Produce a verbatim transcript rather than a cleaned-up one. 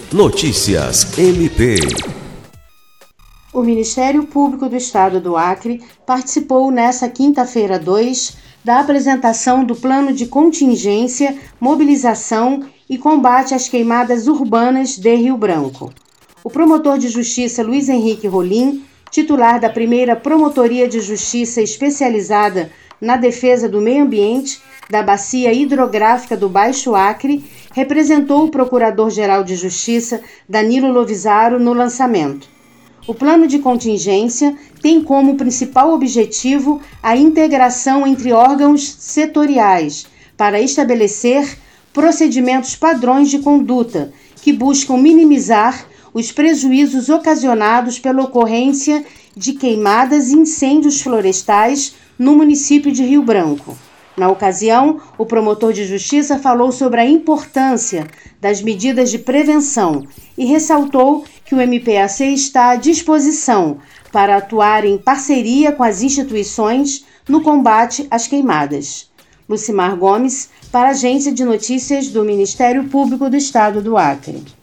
Notícias M P. O Ministério Público do Estado do Acre participou nesta quinta-feira dois da apresentação do Plano de Contingência, Mobilização e Combate às Queimadas Urbanas de Rio Branco. O promotor de Justiça Luiz Henrique Rolim, titular da primeira Promotoria de Justiça especializada na defesa do meio ambiente da Bacia Hidrográfica do Baixo Acre, representou o Procurador-Geral de Justiça Danilo Lovisaro no lançamento. O plano de contingência tem como principal objetivo a integração entre órgãos setoriais para estabelecer procedimentos padrões de conduta que buscam minimizar os prejuízos ocasionados pela ocorrência de queimadas e incêndios florestais no município de Rio Branco. Na ocasião, o promotor de justiça falou sobre a importância das medidas de prevenção e ressaltou que o M P A C está à disposição para atuar em parceria com as instituições no combate às queimadas. Lucimar Gomes, para a Agência de Notícias do Ministério Público do Estado do Acre.